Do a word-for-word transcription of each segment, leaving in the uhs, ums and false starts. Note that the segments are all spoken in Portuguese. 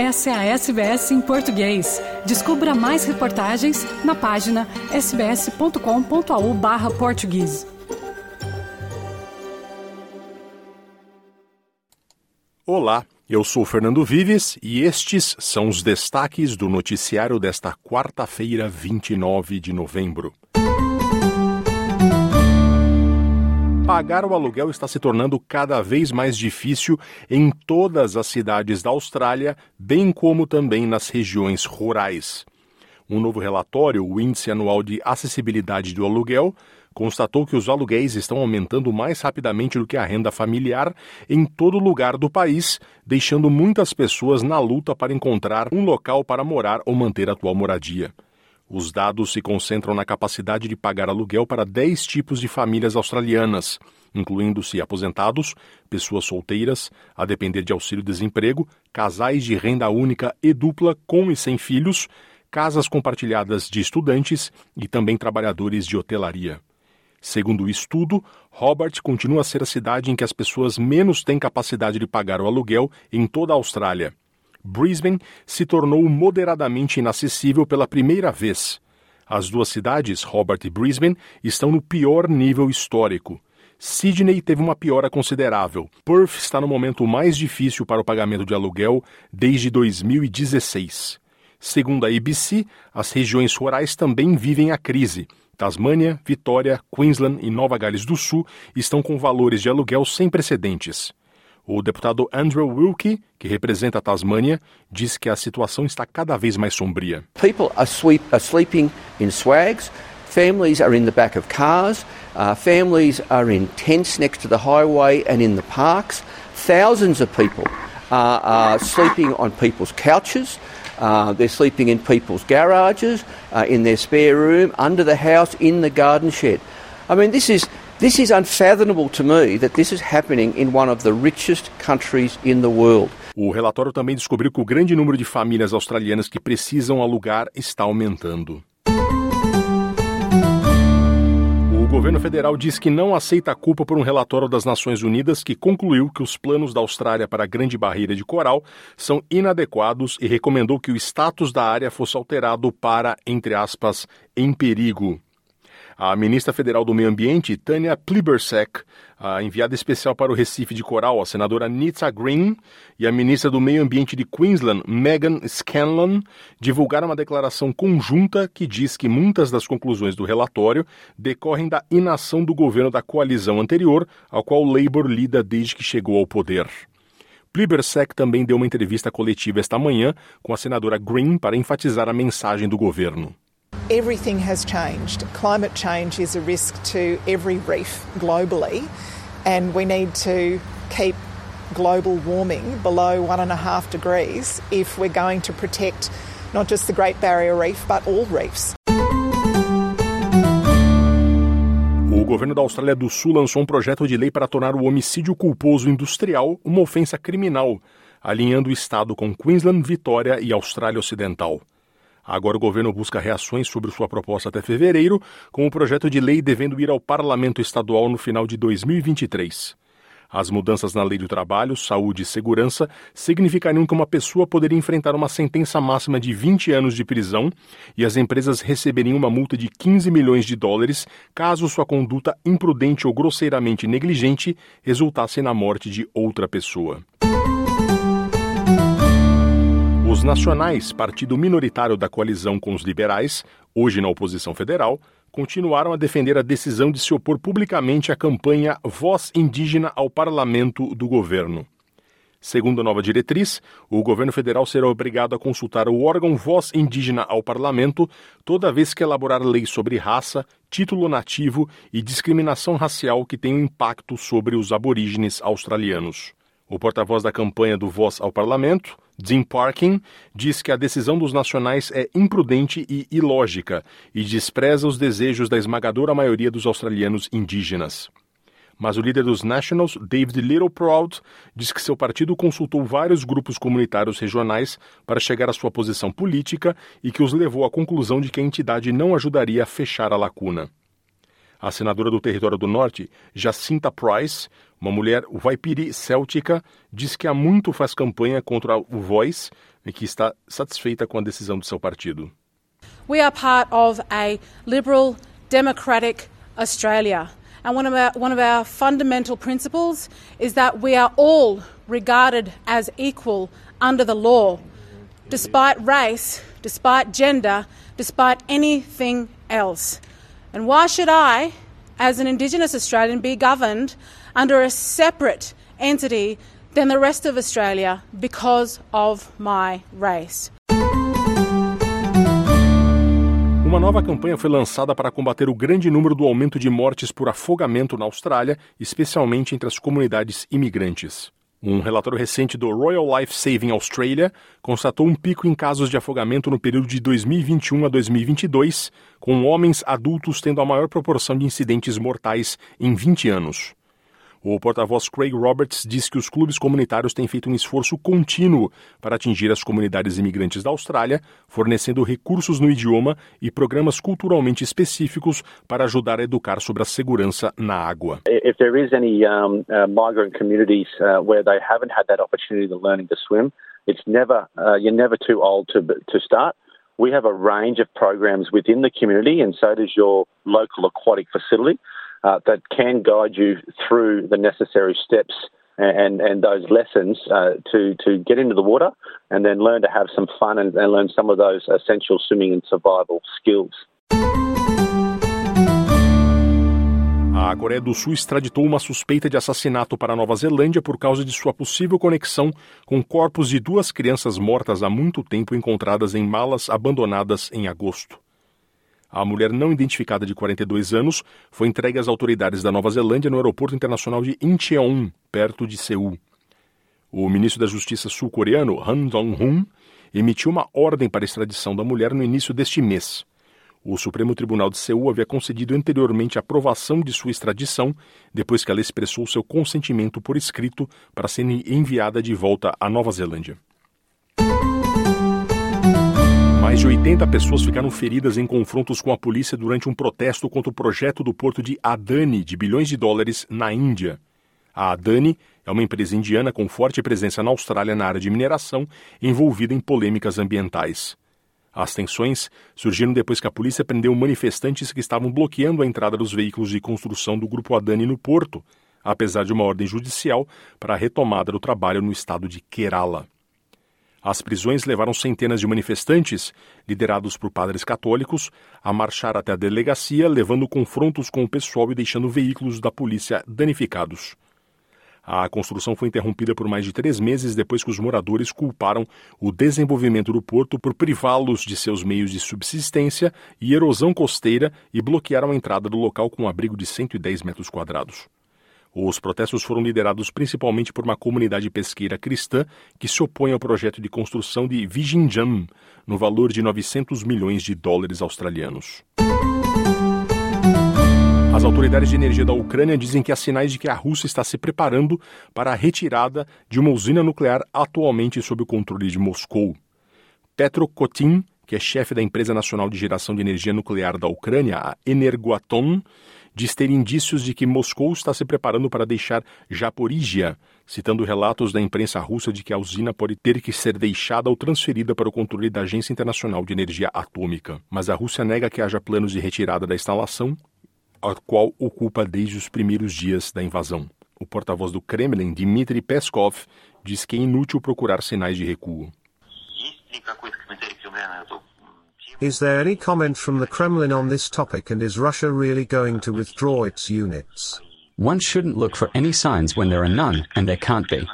Essa é a S B S em português. Descubra mais reportagens na página sbs.com.au barra português. Olá, eu sou Fernando Vives e estes são os destaques do noticiário desta quarta-feira, vinte e nove de novembro. Pagar o aluguel está se tornando cada vez mais difícil em todas as cidades da Austrália, bem como também nas regiões rurais. Um novo relatório, o Índice Anual de Acessibilidade do Aluguel, constatou que os aluguéis estão aumentando mais rapidamente do que a renda familiar em todo lugar do país, deixando muitas pessoas na luta para encontrar um local para morar ou manter a atual moradia. Os dados se concentram na capacidade de pagar aluguel para dez tipos de famílias australianas, incluindo-se aposentados, pessoas solteiras, a depender de auxílio-desemprego, casais de renda única e dupla com e sem filhos, casas compartilhadas de estudantes e também trabalhadores de hotelaria. Segundo o estudo, Hobart continua a ser a cidade em que as pessoas menos têm capacidade de pagar o aluguel em toda a Austrália. Brisbane se tornou moderadamente inacessível pela primeira vez. As duas cidades, Hobart e Brisbane, estão no pior nível histórico. Sydney teve uma piora considerável. Perth está no momento mais difícil para o pagamento de aluguel desde dois mil e dezesseis. Segundo a A B C, as regiões rurais também vivem a crise. Tasmânia, Vitória, Queensland e Nova Gales do Sul estão com valores de aluguel sem precedentes. O deputado Andrew Wilkie, que representa a Tasmânia, diz que a situação está cada vez mais sombria. People are, sweep, are sleeping in swags, families are in the back of cars, uh, families are in tents next to the highway and in the parks. Thousands of people are, are sleeping on people's couches. Uh, they're sleeping in people's garages, uh, in their spare room, under the house, in the garden shed. I mean, this is this is unfathomable to me that this is happening in one of the richest countries in the world. O relatório também descobriu que o grande número de famílias australianas que precisam alugar está aumentando. O governo federal diz que não aceita a culpa por um relatório das Nações Unidas que concluiu que os planos da Austrália para a Grande Barreira de Coral são inadequados e recomendou que o status da área fosse alterado para, entre aspas, em perigo. A ministra federal do Meio Ambiente, Tanya Plibersek, a enviada especial para o Recife de Coral, a senadora Nita Green, e a ministra do Meio Ambiente de Queensland, Megan Scanlon, divulgaram uma declaração conjunta que diz que muitas das conclusões do relatório decorrem da inação do governo da coalizão anterior, ao qual o Labour lida desde que chegou ao poder. Plibersek também deu uma entrevista coletiva esta manhã com a senadora Green para enfatizar a mensagem do governo. Everything has changed. Climate change is a risk to every reef globally, and we need to keep global warming below one and a half degrees if we're going to protect not just the Great Barrier Reef, but all reefs. O governo da Austrália do Sul lançou um projeto de lei para tornar o homicídio culposo industrial uma ofensa criminal, alinhando o estado com Queensland, Vitória e Austrália Ocidental. Agora o governo busca reações sobre sua proposta até fevereiro, com o projeto de lei devendo ir ao Parlamento Estadual no final de dois mil e vinte e três. As mudanças na Lei do Trabalho, Saúde e Segurança significariam que uma pessoa poderia enfrentar uma sentença máxima de vinte anos de prisão e as empresas receberiam uma multa de quinze milhões de dólares caso sua conduta imprudente ou grosseiramente negligente resultasse na morte de outra pessoa. Os Nacionais, partido minoritário da coalizão com os liberais, hoje na oposição federal, continuaram a defender a decisão de se opor publicamente à campanha Voz Indígena ao Parlamento do governo. Segundo a nova diretriz, o governo federal será obrigado a consultar o órgão Voz Indígena ao Parlamento toda vez que elaborar leis sobre raça, título nativo e discriminação racial que tenham impacto sobre os aborígenes australianos. O porta-voz da campanha do Voz ao Parlamento, Dean Parkin, diz que a decisão dos nacionais é imprudente e ilógica e despreza os desejos da esmagadora maioria dos australianos indígenas. Mas o líder dos Nationals, David Littleproud, diz que seu partido consultou vários grupos comunitários regionais para chegar à sua posição política e que os levou à conclusão de que a entidade não ajudaria a fechar a lacuna. A senadora do Território do Norte, Jacinta Price, uma mulher waipiri céltica, diz que há muito faz campanha contra o Voice e que está satisfeita com a decisão do seu partido. We are part of a liberal, democratic Australia. And one of our, one of our fundamental principles is that we are all regarded as equal under the law, despite race, despite gender, despite anything else. And why should I, as an Indigenous Australian, be governed under a separate entity than the rest of Australia because of my race? Uma nova campanha foi lançada para combater o grande número do aumento de mortes por afogamento na Austrália, especialmente entre as comunidades imigrantes. Um relatório recente do Royal Life Saving Australia constatou um pico em casos de afogamento no período de dois mil e vinte e um a dois mil e vinte e dois, com homens adultos tendo a maior proporção de incidentes mortais em vinte anos. O porta-voz Craig Roberts diz que os clubes comunitários têm feito um esforço contínuo para atingir as comunidades imigrantes da Austrália, fornecendo recursos no idioma e programas culturalmente específicos para ajudar a educar sobre a segurança na água. If there is any um, uh, migrant communities uh, where they haven't had that opportunity to learning to swim, it's never uh, you're never too old to to start. We have a range of programs within the community, and so does your local aquatic facility. Uh, that can guide you through the necessary steps and, and those lessons uh, to, to get into the water and then learn to have some fun and, and learn some of those essential swimming and survival skills. A Coreia do Sul extraditou uma suspeita de assassinato para a Nova Zelândia por causa de sua possível conexão com corpos de duas crianças mortas há muito tempo encontradas em malas abandonadas em agosto. A mulher não identificada de quarenta e dois anos foi entregue às autoridades da Nova Zelândia no aeroporto internacional de Incheon, perto de Seul. O ministro da Justiça sul-coreano, Han Dong-hun, emitiu uma ordem para a extradição da mulher no início deste mês. O Supremo Tribunal de Seul havia concedido anteriormente a aprovação de sua extradição, depois que ela expressou seu consentimento por escrito para ser enviada de volta à Nova Zelândia. Mais de oitenta pessoas ficaram feridas em confrontos com a polícia durante um protesto contra o projeto do porto de Adani, de bilhões de dólares, na Índia. A Adani é uma empresa indiana com forte presença na Austrália na área de mineração, envolvida em polêmicas ambientais. As tensões surgiram depois que a polícia prendeu manifestantes que estavam bloqueando a entrada dos veículos de construção do grupo Adani no porto, apesar de uma ordem judicial para a retomada do trabalho no estado de Kerala. As prisões levaram centenas de manifestantes, liderados por padres católicos, a marchar até a delegacia, levando confrontos com o pessoal e deixando veículos da polícia danificados. A construção foi interrompida por mais de três meses depois que os moradores culparam o desenvolvimento do porto por privá-los de seus meios de subsistência e erosão costeira e bloquearam a entrada do local com um abrigo de cento e dez metros quadrados. Os protestos foram liderados principalmente por uma comunidade pesqueira cristã que se opõe ao projeto de construção de Vizhinjam, no valor de novecentos milhões de dólares australianos. As autoridades de energia da Ucrânia dizem que há sinais de que a Rússia está se preparando para a retirada de uma usina nuclear atualmente sob o controle de Moscou. Petro Kotin, que é chefe da empresa nacional de geração de energia nuclear da Ucrânia, a Energoatom, diz ter indícios de que Moscou está se preparando para deixar Zaporizhia, citando relatos da imprensa russa de que a usina pode ter que ser deixada ou transferida para o controle da Agência Internacional de Energia Atômica. Mas a Rússia nega que haja planos de retirada da instalação, a qual ocupa desde os primeiros dias da invasão. O porta-voz do Kremlin, Dmitry Peskov, diz que é inútil procurar sinais de recuo. Is there any comment from the Kremlin on this topic, and is Russia really going to withdraw its units? One shouldn't look for any signs when there are none, and there can't be.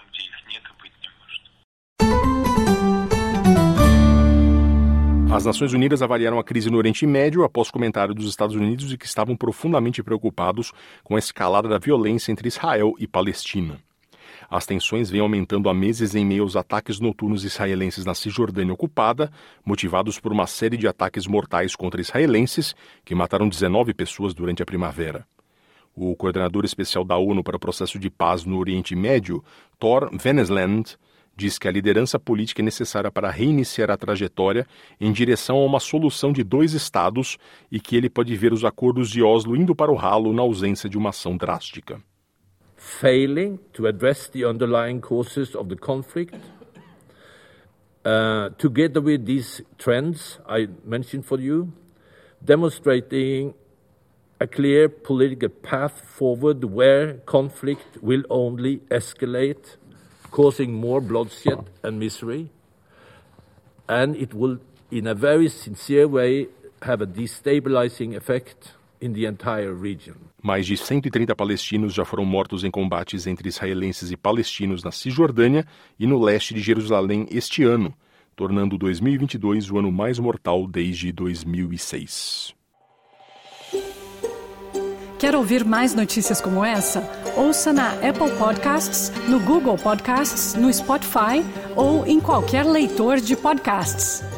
As Nações Unidas avaliaram a crise no Oriente Médio após comentário dos Estados Unidos de que estavam profundamente preocupados com a escalada da violência entre Israel e Palestina. As tensões vêm aumentando há meses em meio aos ataques noturnos israelenses na Cisjordânia ocupada, motivados por uma série de ataques mortais contra israelenses que mataram dezenove pessoas durante a primavera. O coordenador especial da ONU para o processo de paz no Oriente Médio, Thor Wennesland, Diz que a liderança política é necessária para reiniciar a trajetória em direção a uma solução de dois estados e que ele pode ver os acordos de Oslo indo para o ralo na ausência de uma ação drástica. Failing to address the underlying causes of the conflict, uh, together with these trends I mentioned for you, demonstrating a clear political path forward where conflict will only escalate, causing more bloodshed and misery, and it will, in a very sincere way, have a destabilizing effect in the entire region. Mais de cento e trinta palestinos já foram mortos em combates entre israelenses e palestinos na Cisjordânia e no leste de Jerusalém este ano, tornando dois mil e vinte e dois o ano mais mortal desde dois mil e seis. Quer ouvir mais notícias como essa? Ouça na Apple Podcasts, no Google Podcasts, no Spotify ou em qualquer leitor de podcasts.